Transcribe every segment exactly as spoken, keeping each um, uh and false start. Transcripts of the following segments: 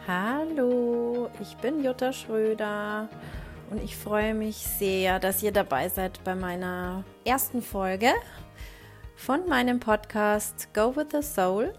Hallo, ich bin Jutta Schröder und ich freue mich sehr, dass ihr dabei seid bei meiner ersten Folge von meinem Podcast Go with the Soul.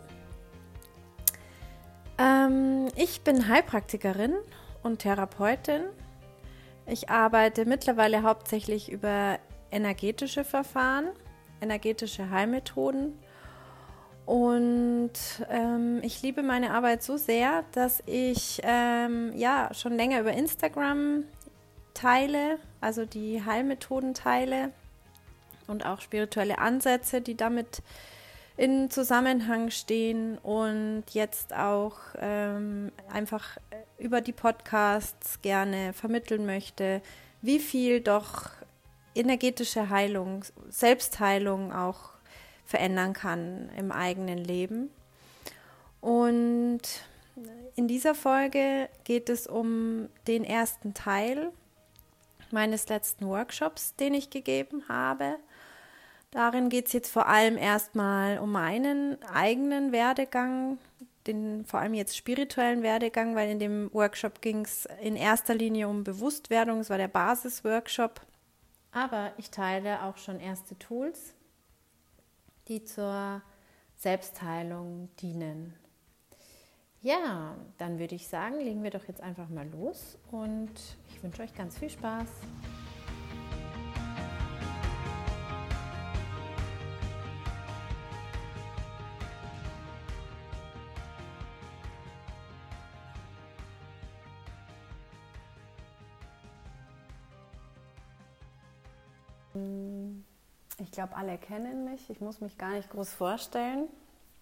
Ähm, ich bin Heilpraktikerin und Therapeutin. Ich arbeite mittlerweile hauptsächlich über energetische Verfahren, energetische Heilmethoden. Und ähm, ich liebe meine Arbeit so sehr, dass ich ähm, ja schon länger über Instagram teile, also die Heilmethoden teile und auch spirituelle Ansätze, die damit in Zusammenhang stehen, und jetzt auch ähm, einfach über die Podcasts gerne vermitteln möchte, wie viel doch energetische Heilung, Selbstheilung auch verändern kann im eigenen Leben. Und in dieser Folge geht es um den ersten Teil meines letzten Workshops, den ich gegeben habe. Darin geht es jetzt vor allem erstmal um meinen eigenen Werdegang, den vor allem jetzt spirituellen Werdegang, weil in dem Workshop ging es in erster Linie um Bewusstwerdung, es war der Basisworkshop. Aber ich teile auch schon erste Tools, die zur Selbstheilung dienen. Ja, dann würde ich sagen, legen wir doch jetzt einfach mal los und ich wünsche euch ganz viel Spaß. Ich glaube, alle kennen mich. Ich muss mich gar nicht groß vorstellen.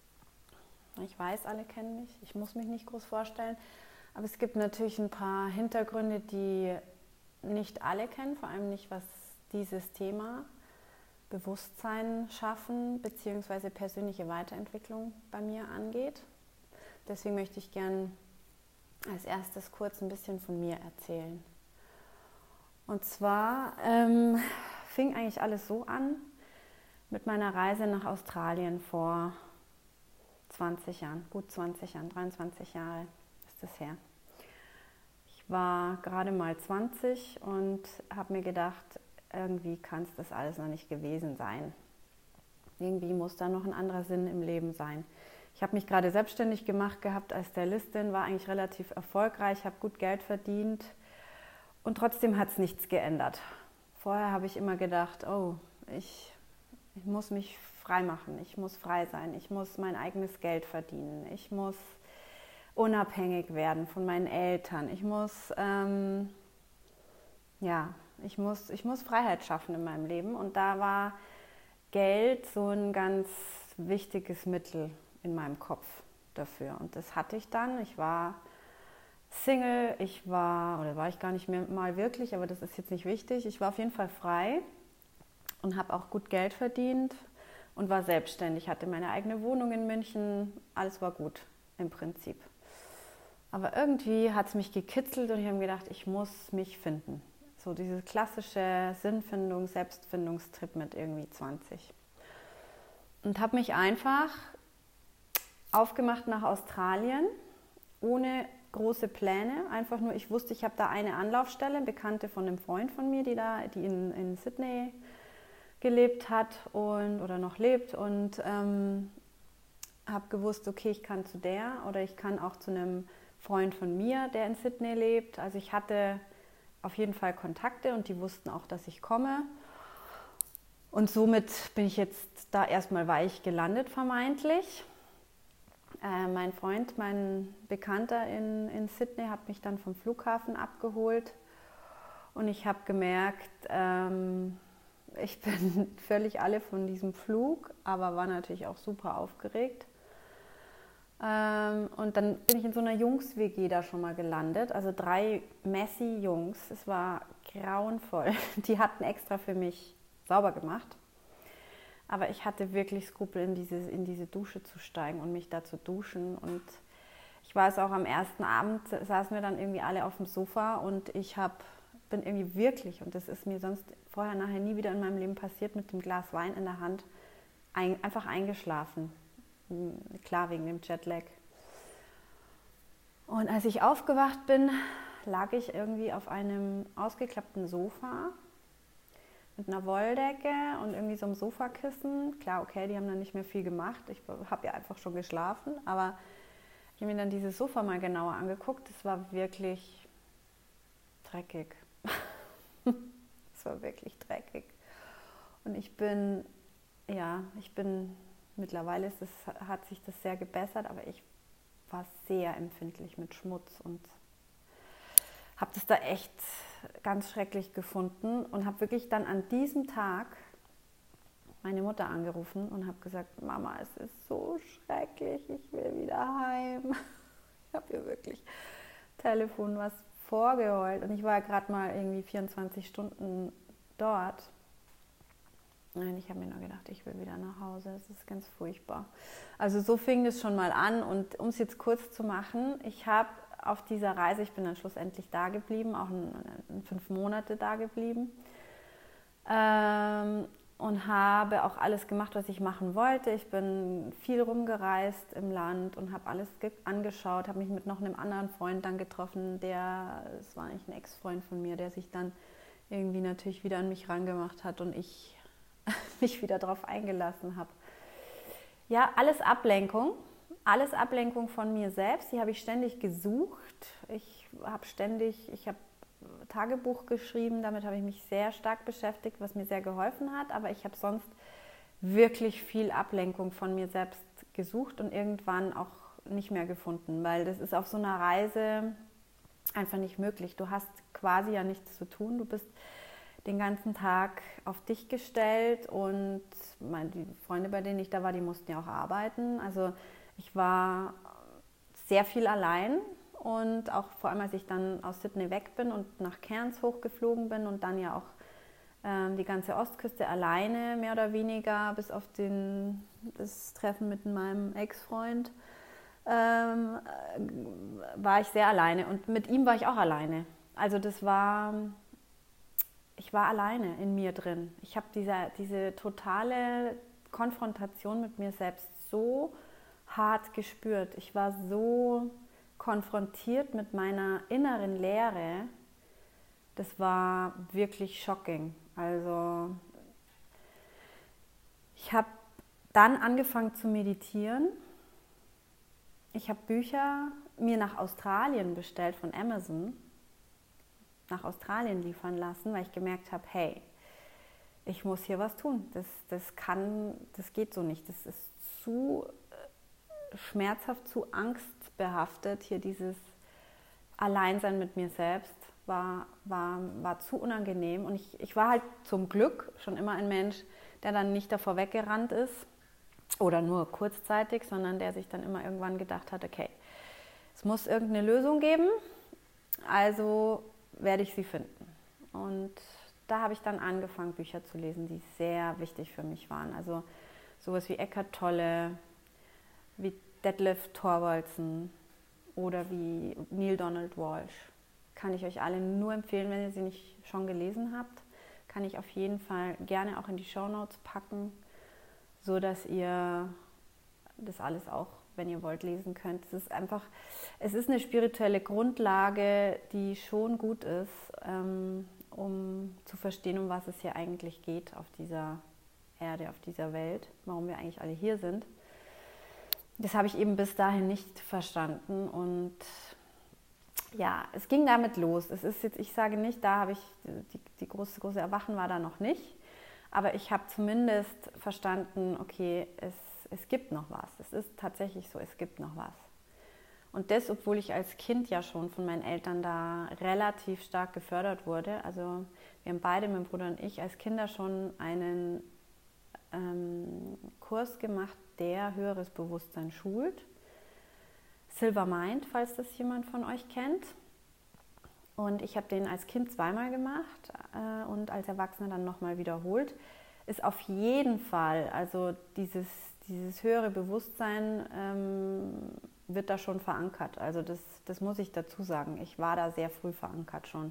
Ich weiß, alle kennen mich. Ich muss mich nicht groß vorstellen. Aber es gibt natürlich ein paar Hintergründe, die nicht alle kennen, vor allem nicht, was dieses Thema Bewusstsein schaffen bzw. persönliche Weiterentwicklung bei mir angeht. Deswegen möchte ich gern als erstes kurz ein bisschen von mir erzählen. Und zwar ähm, fing eigentlich alles so an mit meiner Reise nach Australien vor zwanzig Jahren, gut zwanzig Jahren, dreiundzwanzig Jahre ist das her. Ich war gerade mal zwanzig und habe mir gedacht, irgendwie kann es das alles noch nicht gewesen sein. Irgendwie muss da noch ein anderer Sinn im Leben sein. Ich habe mich gerade selbstständig gemacht gehabt als Stylistin, war eigentlich relativ erfolgreich, habe gut Geld verdient und trotzdem hat es nichts geändert. Vorher habe ich immer gedacht, oh, ich Ich muss mich frei machen, ich muss frei sein, ich muss mein eigenes Geld verdienen, ich muss unabhängig werden von meinen Eltern, ich muss, ähm, ja, ich muss, ich muss Freiheit schaffen in meinem Leben. Und da war Geld so ein ganz wichtiges Mittel in meinem Kopf dafür. Und das hatte ich dann. Ich war Single, ich war, oder war ich gar nicht mehr mal wirklich, aber das ist jetzt nicht wichtig, ich war auf jeden Fall frei. Und habe auch gut Geld verdient und war selbstständig, hatte meine eigene Wohnung in München, alles war gut im Prinzip. Aber irgendwie hat es mich gekitzelt und ich habe mir gedacht, ich muss mich finden. So diese klassische Sinnfindung, Selbstfindungstrip mit irgendwie zwanzig. Und habe mich einfach aufgemacht nach Australien, ohne große Pläne, einfach nur, ich wusste, ich habe da eine Anlaufstelle, Bekannte von einem Freund von mir, die da, die in, in Sydney gelebt hat und oder noch lebt, und ähm, habe gewusst, okay, ich kann zu der oder ich kann auch zu einem Freund von mir, der in Sydney lebt. Also ich hatte auf jeden Fall Kontakte und die wussten auch, dass ich komme. Und somit bin ich jetzt da erstmal weich gelandet, vermeintlich. Äh, mein Freund, mein Bekannter in, in Sydney hat mich dann vom Flughafen abgeholt und ich habe gemerkt, ähm, ich bin völlig alle von diesem Flug, aber war natürlich auch super aufgeregt. Ähm, und dann bin ich in so einer Jungs-W G da schon mal gelandet, also drei messy Jungs. Es war grauenvoll. Die hatten extra für mich sauber gemacht. Aber ich hatte wirklich Skrupel, in diese, in diese Dusche zu steigen und mich da zu duschen. Und ich weiß auch, am ersten Abend saßen wir dann irgendwie alle auf dem Sofa und ich hab, bin irgendwie wirklich, und das ist mir sonst vorher, nachher nie wieder in meinem Leben passiert, mit dem Glas Wein in der Hand ein, einfach eingeschlafen. Klar, wegen dem Jetlag. Und als ich aufgewacht bin, lag ich irgendwie auf einem ausgeklappten Sofa mit einer Wolldecke und irgendwie so einem Sofakissen. Klar, okay, die haben dann nicht mehr viel gemacht. Ich habe ja einfach schon geschlafen, aber ich habe mir dann dieses Sofa mal genauer angeguckt. Es war wirklich dreckig. Es war wirklich dreckig. Und ich bin, ja, ich bin, mittlerweile ist es, hat sich das sehr gebessert, aber ich war sehr empfindlich mit Schmutz und habe das da echt ganz schrecklich gefunden und habe wirklich dann an diesem Tag meine Mutter angerufen und habe gesagt, Mama, es ist so schrecklich, ich will wieder heim. Ich habe ihr wirklich Telefon was vorgeheult und ich war ja gerade mal irgendwie vierundzwanzig Stunden dort. Nein, ich habe mir nur gedacht, ich will wieder nach Hause, es ist ganz furchtbar. Also so fing es schon mal an und um es jetzt kurz zu machen, ich habe auf dieser Reise, ich bin dann schlussendlich da geblieben, auch in, in fünf Monate da geblieben ähm, und habe auch alles gemacht, was ich machen wollte. Ich bin viel rumgereist im Land und habe alles angeschaut, habe mich mit noch einem anderen Freund dann getroffen, der, es war eigentlich ein Ex-Freund von mir, der sich dann irgendwie natürlich wieder an mich rangemacht hat und ich mich wieder darauf eingelassen habe. Ja, alles Ablenkung. Alles Ablenkung von mir selbst, die habe ich ständig gesucht. Ich habe ständig, ich habe Tagebuch geschrieben, damit habe ich mich sehr stark beschäftigt, was mir sehr geholfen hat. Aber ich habe sonst wirklich viel Ablenkung von mir selbst gesucht und irgendwann auch nicht mehr gefunden, weil das ist auf so einer Reise einfach nicht möglich. Du hast quasi ja nichts zu tun, du bist den ganzen Tag auf dich gestellt und meine, die Freunde, bei denen ich da war, die mussten ja auch arbeiten. Also ich war sehr viel allein und auch vor allem, als ich dann aus Sydney weg bin und nach Cairns hochgeflogen bin und dann ja auch ähm, die ganze Ostküste alleine, mehr oder weniger, bis auf den, das Treffen mit meinem Ex-Freund, ähm, war ich sehr alleine und mit ihm war ich auch alleine. Also das war, ich war alleine in mir drin. Ich habe diese, diese totale Konfrontation mit mir selbst so hart gespürt. Ich war so konfrontiert mit meiner inneren Leere. Das war wirklich shocking. Also ich habe dann angefangen zu meditieren. Ich habe Bücher mir nach Australien bestellt von Amazon, nach Australien liefern lassen, weil ich gemerkt habe, hey, ich muss hier was tun. Das, das kann, das geht so nicht. Das ist zu schmerzhaft, zu angstbehaftet. Hier dieses Alleinsein mit mir selbst war, war, war zu unangenehm. Und ich, ich war halt zum Glück schon immer ein Mensch, der dann nicht davor weggerannt ist oder nur kurzzeitig, sondern der sich dann immer irgendwann gedacht hat, okay, es muss irgendeine Lösung geben, also werde ich sie finden. Und da habe ich dann angefangen, Bücher zu lesen, die sehr wichtig für mich waren. Also sowas wie Eckhart Tolle, wie Detlef Torvaldsen oder wie Neale Donald Walsch. Kann ich euch alle nur empfehlen, wenn ihr sie nicht schon gelesen habt. Kann ich auf jeden Fall gerne auch in die Shownotes packen, so dass ihr das alles auch, wenn ihr wollt, lesen könnt. Es ist einfach, es ist eine spirituelle Grundlage, die schon gut ist, um zu verstehen, um was es hier eigentlich geht auf dieser Erde, auf dieser Welt, warum wir eigentlich alle hier sind. Das habe ich eben bis dahin nicht verstanden und ja, es ging damit los. Es ist jetzt, ich sage nicht, da habe ich, die, die große, große Erwachen war da noch nicht, aber ich habe zumindest verstanden, okay, es, es gibt noch was. Es ist tatsächlich so, es gibt noch was. Und das, obwohl ich als Kind ja schon von meinen Eltern da relativ stark gefördert wurde. Also wir haben beide, mein Bruder und ich, als Kinder schon einen ähm, Kurs gemacht, der höheres Bewusstsein schult. Silver Mind, falls das jemand von euch kennt. Und ich habe den als Kind zweimal gemacht äh, und als Erwachsener dann nochmal wiederholt. Ist auf jeden Fall, also dieses, dieses höhere Bewusstsein ähm, wird da schon verankert. Also das, das muss ich dazu sagen. Ich war da sehr früh verankert schon.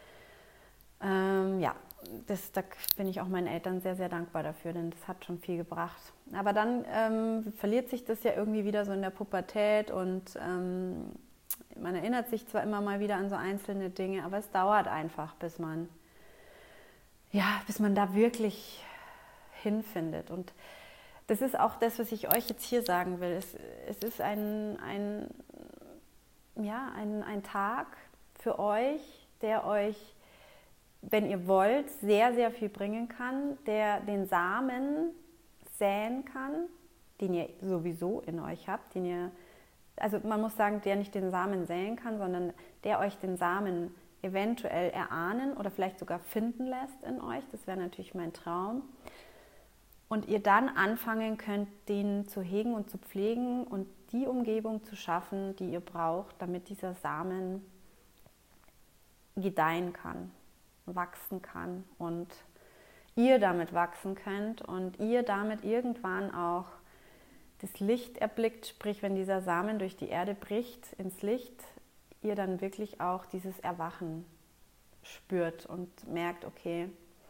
Ähm, ja, das, da bin ich auch meinen Eltern sehr, sehr dankbar dafür, denn das hat schon viel gebracht. Aber dann ähm, verliert sich das ja irgendwie wieder so in der Pubertät und ähm, man erinnert sich zwar immer mal wieder an so einzelne Dinge, aber es dauert einfach, bis man, ja, bis man da wirklich hinfindet. Und das ist auch das, was ich euch jetzt hier sagen will. Es, es ist ein, ein, ja, ein, ein Tag für euch, der euch, wenn ihr wollt, sehr, sehr viel bringen kann, der den Samen säen kann, den ihr sowieso in euch habt, den ihr, also man muss sagen, der nicht den Samen säen kann, sondern der euch den Samen eventuell erahnen oder vielleicht sogar finden lässt in euch. Das wäre natürlich mein Traum. Und ihr dann anfangen könnt, den zu hegen und zu pflegen und die Umgebung zu schaffen, die ihr braucht, damit dieser Samen gedeihen kann, wachsen kann und ihr damit wachsen könnt und ihr damit irgendwann auch das Licht erblickt, sprich, wenn dieser Samen durch die Erde bricht ins Licht, ihr dann wirklich auch dieses Erwachen spürt und merkt, okay,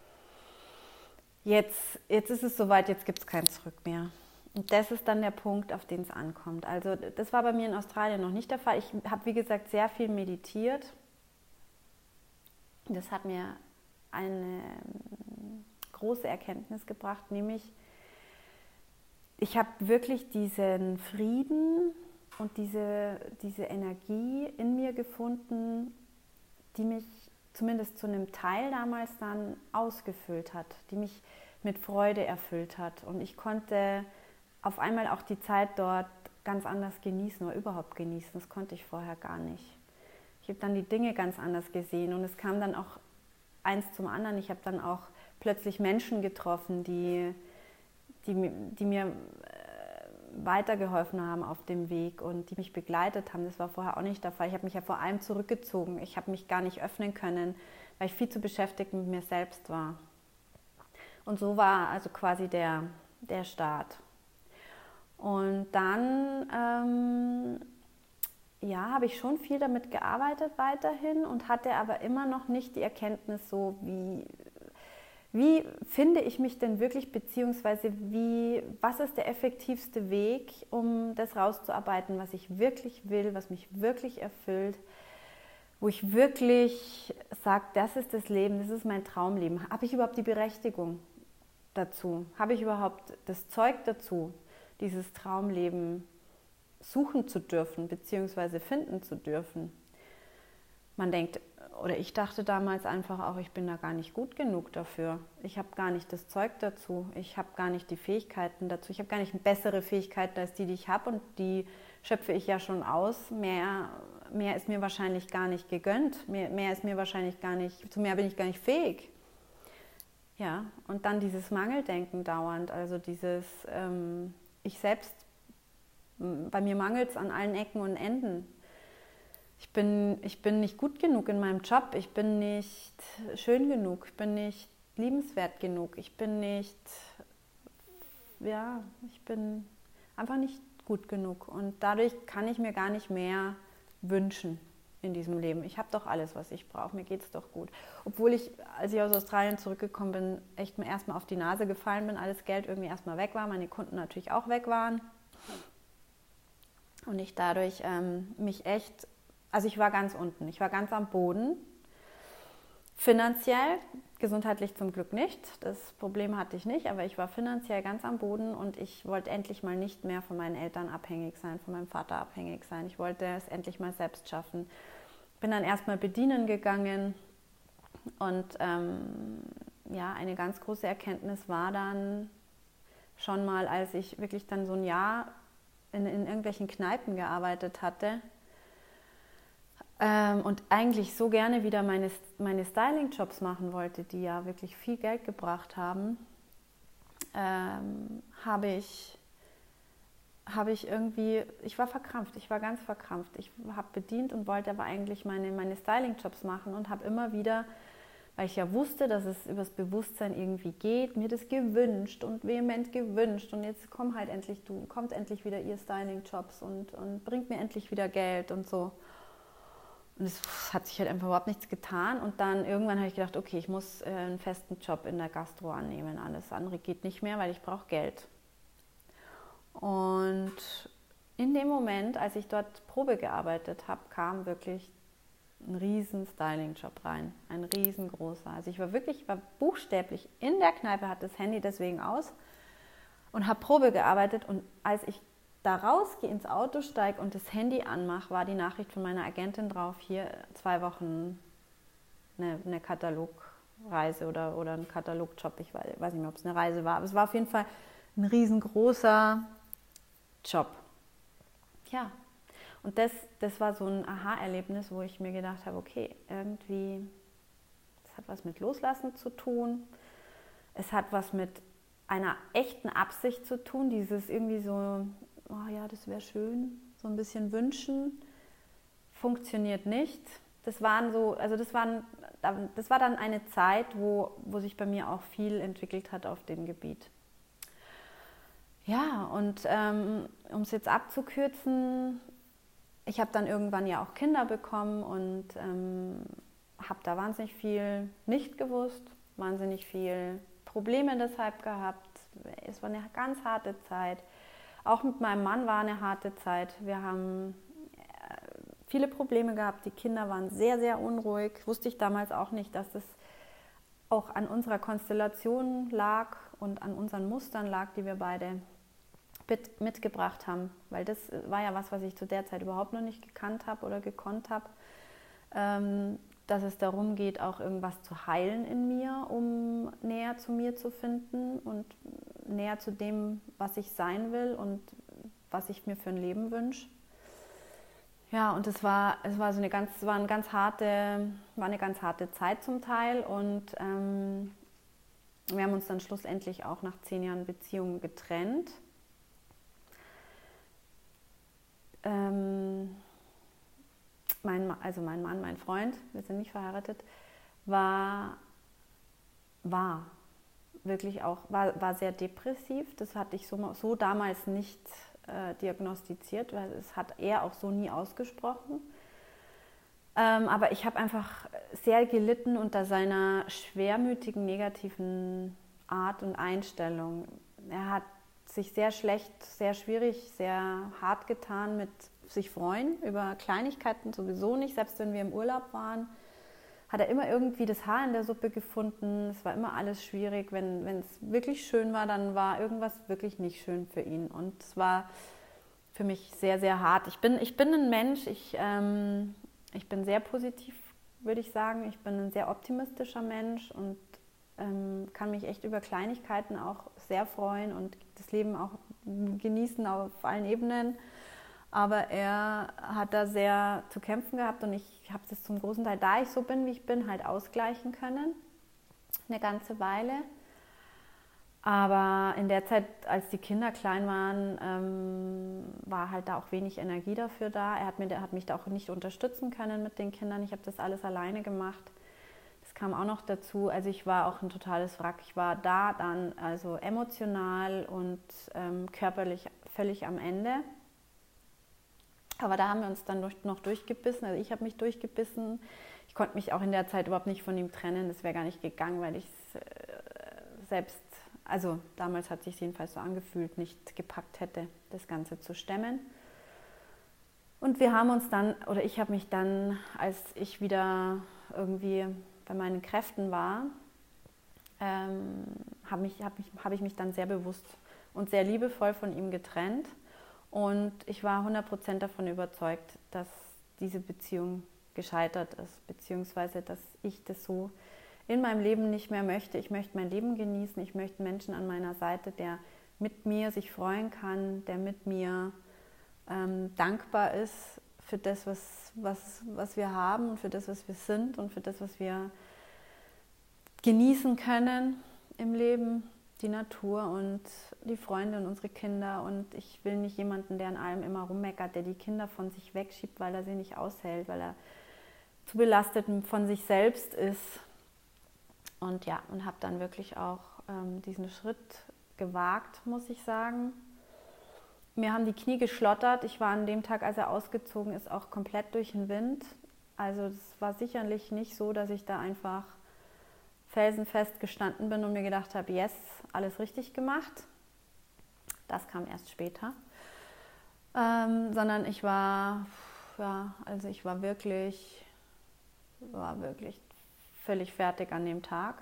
jetzt, jetzt ist es soweit, jetzt gibt es kein Zurück mehr. Und das ist dann der Punkt, auf den es ankommt. Also das war bei mir in Australien noch nicht der Fall. Ich habe, wie gesagt, sehr viel meditiert. Das hat mir eine große Erkenntnis gebracht, nämlich ich habe wirklich diesen Frieden und diese, diese Energie in mir gefunden, die mich zumindest zu einem Teil damals dann ausgefüllt hat, die mich mit Freude erfüllt hat. Und ich konnte auf einmal auch die Zeit dort ganz anders genießen oder überhaupt genießen. Das konnte ich vorher gar nicht. Ich habe dann die Dinge ganz anders gesehen und es kam dann auch eins zum anderen. Ich habe dann auch plötzlich Menschen getroffen, die, die, die mir weitergeholfen haben auf dem Weg und die mich begleitet haben. Das war vorher auch nicht der Fall. Ich habe mich ja vor allem zurückgezogen. Ich habe mich gar nicht öffnen können, weil ich viel zu beschäftigt mit mir selbst war. Und so war also quasi der, der Start. Und dann ähm, ja, habe ich schon viel damit gearbeitet weiterhin und hatte aber immer noch nicht die Erkenntnis so, wie, wie finde ich mich denn wirklich, beziehungsweise wie, was ist der effektivste Weg, um das rauszuarbeiten, was ich wirklich will, was mich wirklich erfüllt, wo ich wirklich sage, das ist das Leben, das ist mein Traumleben. Habe ich überhaupt die Berechtigung dazu? Habe ich überhaupt das Zeug dazu, dieses Traumleben suchen zu dürfen, beziehungsweise finden zu dürfen? Man denkt, oder ich dachte damals einfach auch, ich bin da gar nicht gut genug dafür. Ich habe gar nicht das Zeug dazu. Ich habe gar nicht die Fähigkeiten dazu. Ich habe gar nicht bessere Fähigkeiten als die, die ich habe und die schöpfe ich ja schon aus. Mehr, mehr ist mir wahrscheinlich gar nicht gegönnt. Mehr, mehr ist mir wahrscheinlich gar nicht, zu mehr bin ich gar nicht fähig. Ja, und dann dieses Mangeldenken dauernd, also dieses, ähm, ich selbst, bei mir mangelt es an allen Ecken und Enden. Ich bin, ich bin nicht gut genug in meinem Job, ich bin nicht schön genug, ich bin nicht liebenswert genug, ich bin nicht, ja, ich bin einfach nicht gut genug. Und dadurch kann ich mir gar nicht mehr wünschen in diesem Leben. Ich habe doch alles, was ich brauche, mir geht es doch gut. Obwohl ich, als ich aus Australien zurückgekommen bin, echt erstmal auf die Nase gefallen bin, alles Geld irgendwie erstmal weg war, meine Kunden natürlich auch weg waren. Und ich dadurch ähm, mich echt, also ich war ganz unten, ich war ganz am Boden. Finanziell, gesundheitlich zum Glück nicht, das Problem hatte ich nicht, aber ich war finanziell ganz am Boden und ich wollte endlich mal nicht mehr von meinen Eltern abhängig sein, von meinem Vater abhängig sein. Ich wollte es endlich mal selbst schaffen. Bin dann erstmal bedienen gegangen und ähm, ja, eine ganz große Erkenntnis war dann schon mal, als ich wirklich dann so ein Jahr in, in irgendwelchen Kneipen gearbeitet hatte, Ähm, und eigentlich so gerne wieder meine, meine Styling-Jobs machen wollte, die ja wirklich viel Geld gebracht haben, ähm, habe ich, habe ich irgendwie, ich war verkrampft, ich war ganz verkrampft. Ich habe bedient und wollte aber eigentlich meine, meine Styling-Jobs machen und habe immer wieder, weil ich ja wusste, dass es übers Bewusstsein irgendwie geht, mir das gewünscht und vehement gewünscht und jetzt komm halt endlich, du, kommt endlich wieder ihr Styling-Jobs und, und bringt mir endlich wieder Geld und so. Und es hat sich halt einfach überhaupt nichts getan. Und dann irgendwann habe ich gedacht, okay, ich muss äh, einen festen Job in der Gastro annehmen. Alles andere geht nicht mehr, weil ich brauche Geld. Und in dem Moment, als ich dort Probe gearbeitet habe, kam wirklich ein riesen Styling-Job rein, ein riesengroßer. Also ich war wirklich, war buchstäblich in der Kneipe, hatte das Handy deswegen aus und habe Probe gearbeitet. Und als ich da rausgehe, ins Auto steige und das Handy anmache, war die Nachricht von meiner Agentin drauf, hier zwei Wochen eine, eine Katalogreise oder, oder ein Katalogjob. Ich weiß, weiß nicht mehr, ob es eine Reise war, aber es war auf jeden Fall ein riesengroßer Job. Ja, und das, das war so ein Aha-Erlebnis, wo ich mir gedacht habe, okay, irgendwie, es hat was mit Loslassen zu tun, es hat was mit einer echten Absicht zu tun, dieses irgendwie so, oh ja, das wäre schön, so ein bisschen wünschen, funktioniert nicht. Das waren so, also das waren, das war dann eine Zeit, wo, wo sich bei mir auch viel entwickelt hat auf dem Gebiet. Ja, und ähm, um es jetzt abzukürzen, ich habe dann irgendwann ja auch Kinder bekommen und ähm, habe da wahnsinnig viel nicht gewusst, wahnsinnig viel Probleme deshalb gehabt. Es war eine ganz harte Zeit. Auch mit meinem Mann war eine harte Zeit. Wir haben viele Probleme gehabt. Die Kinder waren sehr, sehr unruhig. Wusste ich damals auch nicht, dass das auch an unserer Konstellation lag und an unseren Mustern lag, die wir beide mit, mitgebracht haben. Weil das war ja was, was ich zu der Zeit überhaupt noch nicht gekannt habe oder gekonnt habe. Ähm, dass es darum geht, auch irgendwas zu heilen in mir, um näher zu mir zu finden und näher zu dem, was ich sein will und was ich mir für ein Leben wünsche. Ja, und es war, es war so eine ganz, war eine ganz harte, war eine ganz harte Zeit zum Teil und ähm, wir haben uns dann schlussendlich auch nach zehn Jahren Beziehung getrennt. Ähm, mein, also mein Mann, mein Freund, wir sind nicht verheiratet, war, war wirklich auch, war, war sehr depressiv. Das hatte ich so, so damals nicht äh, diagnostiziert, weil es hat er auch so nie ausgesprochen. Ähm, aber ich habe einfach sehr gelitten unter seiner schwermütigen, negativen Art und Einstellung. Er hat sich sehr schlecht, sehr schwierig, sehr hart getan mit sich freuen über Kleinigkeiten sowieso nicht. Selbst wenn wir im Urlaub waren, hat er immer irgendwie das Haar in der Suppe gefunden. Es war immer alles schwierig. Wenn es wirklich schön war, dann war irgendwas wirklich nicht schön für ihn. Und es war für mich sehr, sehr hart. Ich bin, ich bin ein Mensch, ich, ähm, ich bin sehr positiv, würde ich sagen. Ich bin ein sehr optimistischer Mensch und ähm, kann mich echt über Kleinigkeiten auch sehr freuen und das Leben auch genießen auf allen Ebenen. Aber er hat da sehr zu kämpfen gehabt und ich habe das zum großen Teil, da ich so bin, wie ich bin, halt ausgleichen können. Eine ganze Weile. Aber in der Zeit, als die Kinder klein waren, ähm, war halt da auch wenig Energie dafür da. Er hat, mir, er hat mich da auch nicht unterstützen können mit den Kindern. Ich habe das alles alleine gemacht. Das kam auch noch dazu. Also ich war auch ein totales Wrack. Ich war da dann also emotional und ähm, körperlich völlig am Ende. Aber da haben wir uns dann noch durchgebissen. Also ich habe mich durchgebissen. Ich konnte mich auch in der Zeit überhaupt nicht von ihm trennen. Das wäre gar nicht gegangen, weil ich es äh, selbst, also damals hat es sich jedenfalls so angefühlt, nicht gepackt hätte, das Ganze zu stemmen. Und wir haben uns dann, oder ich habe mich dann, als ich wieder irgendwie bei meinen Kräften war, ähm, habe mich, hab mich, hab ich mich dann sehr bewusst und sehr liebevoll von ihm getrennt. Und ich war hundert Prozent davon überzeugt, dass diese Beziehung gescheitert ist, beziehungsweise dass ich das so in meinem Leben nicht mehr möchte. Ich möchte mein Leben genießen, ich möchte einen Menschen an meiner Seite, der mit mir sich freuen kann, der mit mir ähm, dankbar ist für das, was, was, was wir haben und für das, was wir sind und für das, was wir genießen können im Leben. Die Natur und die Freunde und unsere Kinder und ich will nicht jemanden, der an allem immer rummeckert, der die Kinder von sich wegschiebt, weil er sie nicht aushält, weil er zu belastet von sich selbst ist. Und ja, und habe dann wirklich auch ähm, diesen Schritt gewagt, muss ich sagen. Mir haben die Knie geschlottert. Ich war an dem Tag, als er ausgezogen ist, auch komplett durch den Wind. Also es war sicherlich nicht so, dass ich da einfach felsenfest gestanden bin und mir gedacht habe, yes, alles richtig gemacht. Das kam erst später. ähm, sondern ich war, ja, also ich war wirklich, war wirklich völlig fertig an dem Tag.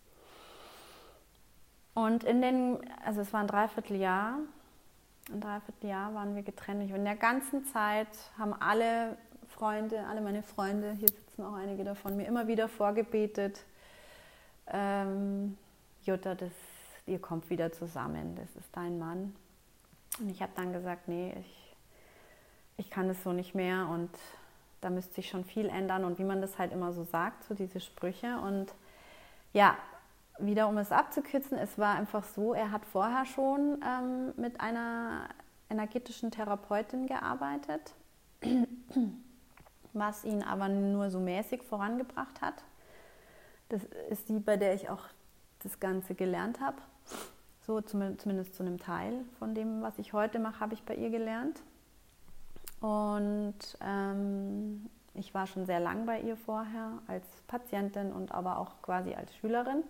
Und in den, also es war ein Dreivierteljahr, ein Dreivierteljahr waren wir getrennt. In der ganzen Zeit haben alle Freunde, alle meine Freunde, hier sitzen auch einige davon, mir immer wieder vorgebetet, ähm, Jutta, das, ihr kommt wieder zusammen, das ist dein Mann. Und ich habe dann gesagt, nee, ich, ich kann das so nicht mehr und da müsste sich schon viel ändern. Und wie man das halt immer so sagt, so diese Sprüche. Und ja, wieder um es abzukürzen, es war einfach so, er hat vorher schon ähm, mit einer energetischen Therapeutin gearbeitet, was ihn aber nur so mäßig vorangebracht hat. Das ist die, bei der ich auch das Ganze gelernt habe. So zumindest zu einem Teil von dem, was ich heute mache, habe ich bei ihr gelernt. Und ähm, ich war schon sehr lang bei ihr vorher als Patientin und aber auch quasi als Schülerin.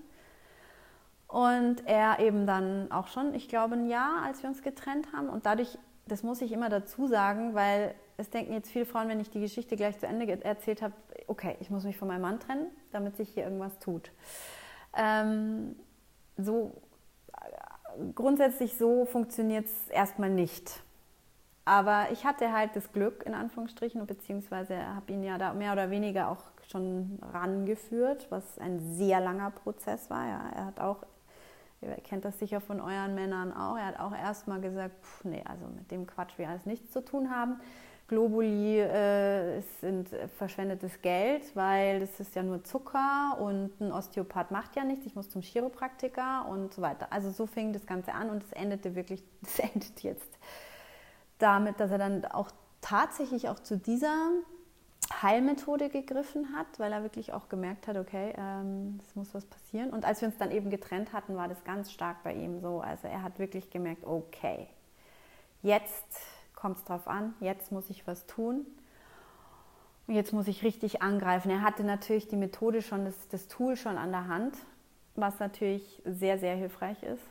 Und er eben dann auch schon, ich glaube, ein Jahr, als wir uns getrennt haben. Und dadurch, das muss ich immer dazu sagen, weil es denken jetzt viele Frauen, wenn ich die Geschichte gleich zu Ende erzählt habe, okay, ich muss mich von meinem Mann trennen, damit sich hier irgendwas tut. Ähm, so grundsätzlich so funktioniert es erstmal nicht. Aber ich hatte halt das Glück, in Anführungsstrichen, beziehungsweise habe ihn ja da mehr oder weniger auch schon rangeführt, was ein sehr langer Prozess war. Ja, er hat auch, ihr kennt das sicher von euren Männern auch, er hat auch erstmal gesagt, pff, nee, also mit dem Quatsch will alles nichts zu tun haben. Globuli äh, sind verschwendetes Geld, weil das ist ja nur Zucker und ein Osteopath macht ja nichts, ich muss zum Chiropraktiker und so weiter. Also so fing das Ganze an und es endete wirklich, es endet jetzt damit, dass er dann auch tatsächlich auch zu dieser Heilmethode gegriffen hat, weil er wirklich auch gemerkt hat, okay, ähm, es muss was passieren. Und als wir uns dann eben getrennt hatten, war das ganz stark bei ihm so. Also er hat wirklich gemerkt, okay, jetzt kommt es drauf an, jetzt muss ich was tun. Und jetzt muss ich richtig angreifen. Er hatte natürlich die Methode schon, das, das Tool schon an der Hand, was natürlich sehr, sehr hilfreich ist.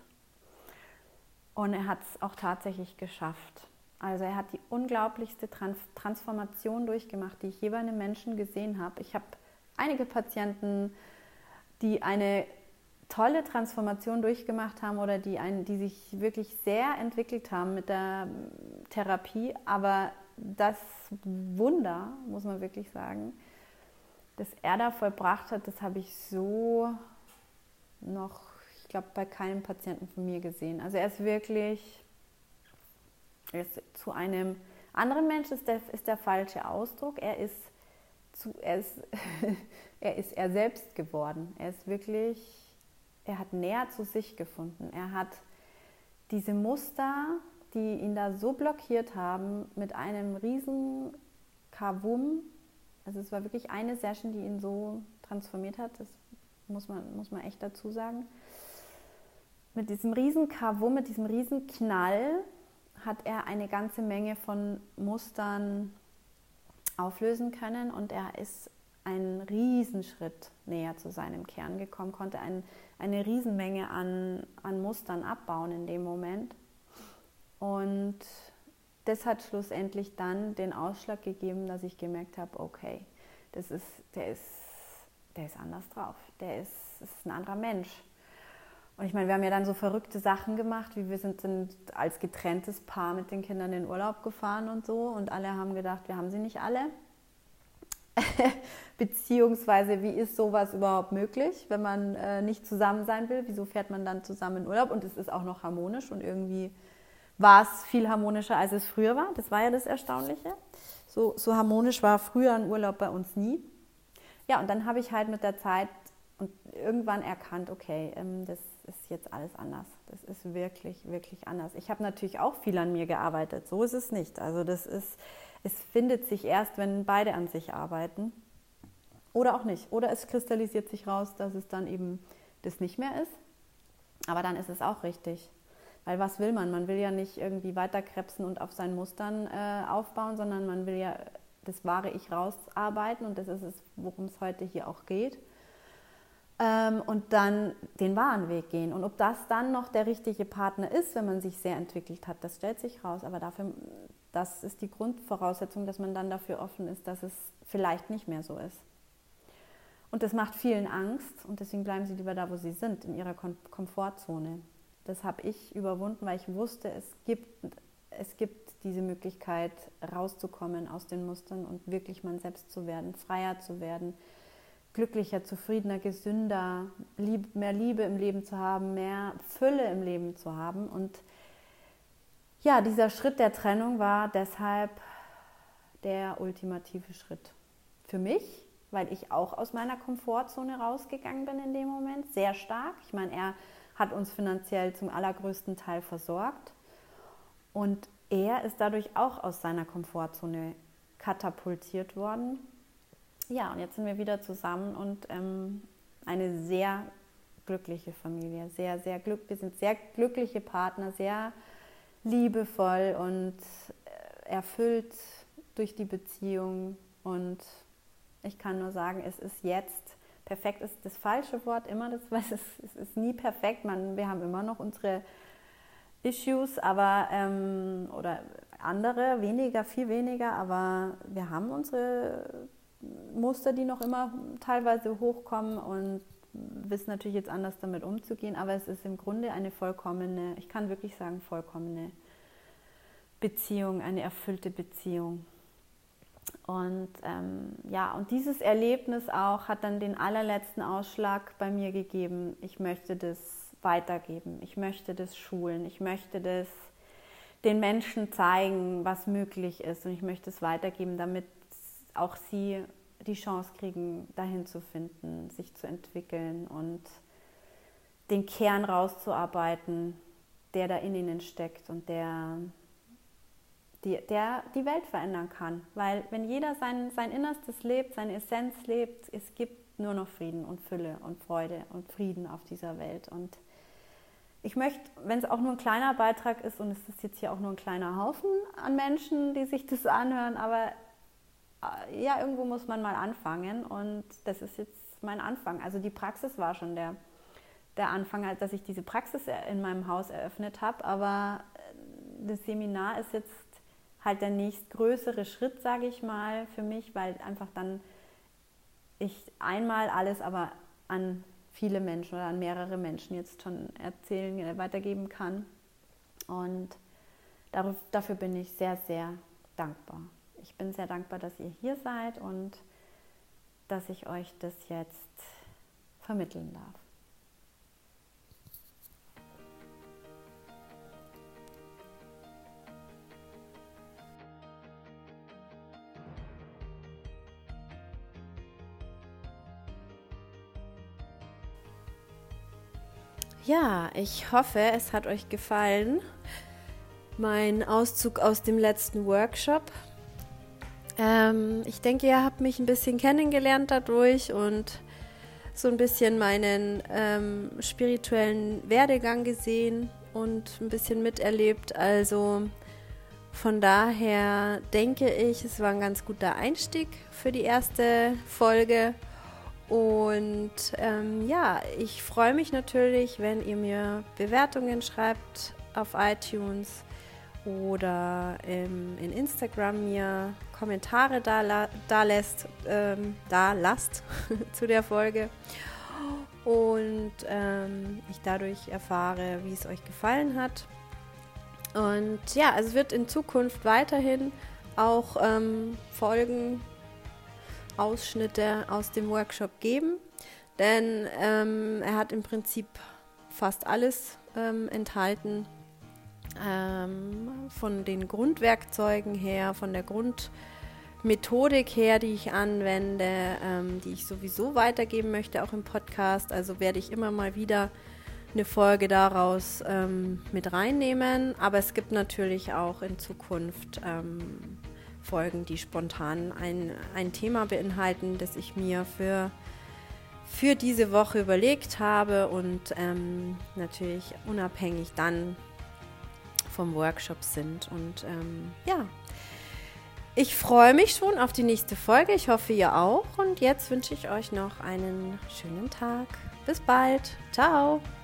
Und er hat es auch tatsächlich geschafft. Also er hat die unglaublichste Trans- Transformation durchgemacht, die ich je bei einem Menschen gesehen habe. Ich habe einige Patienten, die eine tolle Transformation durchgemacht haben oder die, einen, die sich wirklich sehr entwickelt haben mit der Therapie. Aber das Wunder, muss man wirklich sagen, das er da vollbracht hat, das habe ich so noch, ich glaube, bei keinem Patienten von mir gesehen. Also er ist wirklich, er ist zu einem anderen Menschen, ist der, ist der falsche Ausdruck. Er ist, zu, er, ist er ist er selbst geworden. Er ist wirklich, er hat näher zu sich gefunden. Er hat diese Muster, die ihn da so blockiert haben, mit einem riesen Kavum, also es war wirklich eine Session, die ihn so transformiert hat, das muss man, muss man echt dazu sagen. Mit diesem riesen Kavum, mit diesem riesen Knall hat er eine ganze Menge von Mustern auflösen können und er ist einen Riesenschritt näher zu seinem Kern gekommen, konnte ein, eine Riesenmenge an, an Mustern abbauen in dem Moment. Und das hat schlussendlich dann den Ausschlag gegeben, dass ich gemerkt habe, okay, das ist, der, ist, der ist anders drauf, der ist, ist ein anderer Mensch. Und ich meine, wir haben ja dann so verrückte Sachen gemacht, wie wir sind, sind als getrenntes Paar mit den Kindern in den Urlaub gefahren und so und alle haben gedacht, wir haben sie nicht alle. Beziehungsweise, wie ist sowas überhaupt möglich, wenn man äh, nicht zusammen sein will? Wieso fährt man dann zusammen in Urlaub? Und es ist auch noch harmonisch und irgendwie war es viel harmonischer, als es früher war. Das war ja das Erstaunliche. So, so harmonisch war früher ein Urlaub bei uns nie. Ja, und dann habe ich halt mit der Zeit und irgendwann erkannt, okay, ähm, das ist jetzt alles anders. Das ist wirklich, wirklich anders. Ich habe natürlich auch viel an mir gearbeitet. So ist es nicht. Also das ist, es findet sich erst, wenn beide an sich arbeiten. Oder auch nicht. Oder es kristallisiert sich raus, dass es dann eben das nicht mehr ist. Aber dann ist es auch richtig. Weil was will man? Man will ja nicht irgendwie weiterkrebsen und auf seinen Mustern äh, aufbauen, sondern man will ja das wahre Ich rausarbeiten und das ist es, worum es heute hier auch geht. Ähm, und dann den wahren Weg gehen. Und ob das dann noch der richtige Partner ist, wenn man sich sehr entwickelt hat, das stellt sich raus. Aber dafür das ist die Grundvoraussetzung, dass man dann dafür offen ist, dass es vielleicht nicht mehr so ist. Und das macht vielen Angst und deswegen bleiben sie lieber da, wo sie sind, in ihrer Kom- Komfortzone. Das habe ich überwunden, weil ich wusste, es gibt, es gibt diese Möglichkeit, rauszukommen aus den Mustern und wirklich man selbst zu werden, freier zu werden, glücklicher, zufriedener, gesünder, lieb, mehr Liebe im Leben zu haben, mehr Fülle im Leben zu haben. Und ja, dieser Schritt der Trennung war deshalb der ultimative Schritt für mich, weil ich auch aus meiner Komfortzone rausgegangen bin in dem Moment, sehr stark. Ich meine, er hat uns finanziell zum allergrößten Teil versorgt und er ist dadurch auch aus seiner Komfortzone katapultiert worden. Ja, und jetzt sind wir wieder zusammen und ähm, eine sehr glückliche Familie, sehr, sehr glück, wir sind sehr glückliche Partner, sehr liebevoll und erfüllt durch die Beziehung und ich kann nur sagen, es ist jetzt, perfekt ist das falsche Wort immer, das, weil es, es ist nie perfekt, man, wir haben immer noch unsere Issues, aber ähm, oder andere, weniger, viel weniger, aber wir haben unsere Muster, die noch immer teilweise hochkommen und wissen natürlich jetzt anders damit umzugehen, aber es ist im Grunde eine vollkommene, ich kann wirklich sagen, vollkommene Beziehung, eine erfüllte Beziehung. Und ähm, ja, und dieses Erlebnis auch hat dann den allerletzten Ausschlag bei mir gegeben. Ich möchte das weitergeben, ich möchte das schulen, ich möchte das den Menschen zeigen, was möglich ist und ich möchte es weitergeben, damit auch sie die Chance kriegen, dahin zu finden, sich zu entwickeln und den Kern rauszuarbeiten, der da in ihnen steckt und der die, der die Welt verändern kann. Weil wenn jeder sein, sein Innerstes lebt, seine Essenz lebt, es gibt nur noch Frieden und Fülle und Freude und Frieden auf dieser Welt. Und ich möchte, wenn es auch nur ein kleiner Beitrag ist, und es ist jetzt hier auch nur ein kleiner Haufen an Menschen, die sich das anhören, aber ja, irgendwo muss man mal anfangen und das ist jetzt mein Anfang. Also die Praxis war schon der, der Anfang, dass ich diese Praxis in meinem Haus eröffnet habe, aber das Seminar ist jetzt halt der nächstgrößere Schritt, sage ich mal, für mich, weil einfach dann ich einmal alles aber an viele Menschen oder an mehrere Menschen jetzt schon erzählen, weitergeben kann und dafür bin ich sehr, sehr dankbar. Ich bin sehr dankbar, dass ihr hier seid und dass ich euch das jetzt vermitteln darf. Ja, ich hoffe, es hat euch gefallen, mein Auszug aus dem letzten Workshop. Ähm, ich denke, ihr habt mich ein bisschen kennengelernt dadurch und so ein bisschen meinen ähm, spirituellen Werdegang gesehen und ein bisschen miterlebt. Also von daher denke ich, es war ein ganz guter Einstieg für die erste Folge. Und ähm, ja, ich freue mich natürlich, wenn ihr mir Bewertungen schreibt auf iTunes oder ähm, in Instagram mir Kommentare da, la- da lässt, ähm, da lasst zu der Folge und ähm, ich dadurch erfahre, wie es euch gefallen hat. Und ja, also es wird in Zukunft weiterhin auch ähm, Folgen Ausschnitte aus dem Workshop geben, denn ähm, er hat im Prinzip fast alles ähm, enthalten, ähm, von den Grundwerkzeugen her, von der Grundmethodik her, die ich anwende, ähm, die ich sowieso weitergeben möchte, auch im Podcast. Also werde ich immer mal wieder eine Folge daraus ähm, mit reinnehmen, aber es gibt natürlich auch in Zukunft ähm, Folgen, die spontan ein, ein Thema beinhalten, das ich mir für, für diese Woche überlegt habe und ähm, natürlich unabhängig dann vom Workshop sind. Und ähm, ja, ich freue mich schon auf die nächste Folge. Ich hoffe, ihr auch. Und jetzt wünsche ich euch noch einen schönen Tag. Bis bald. Ciao.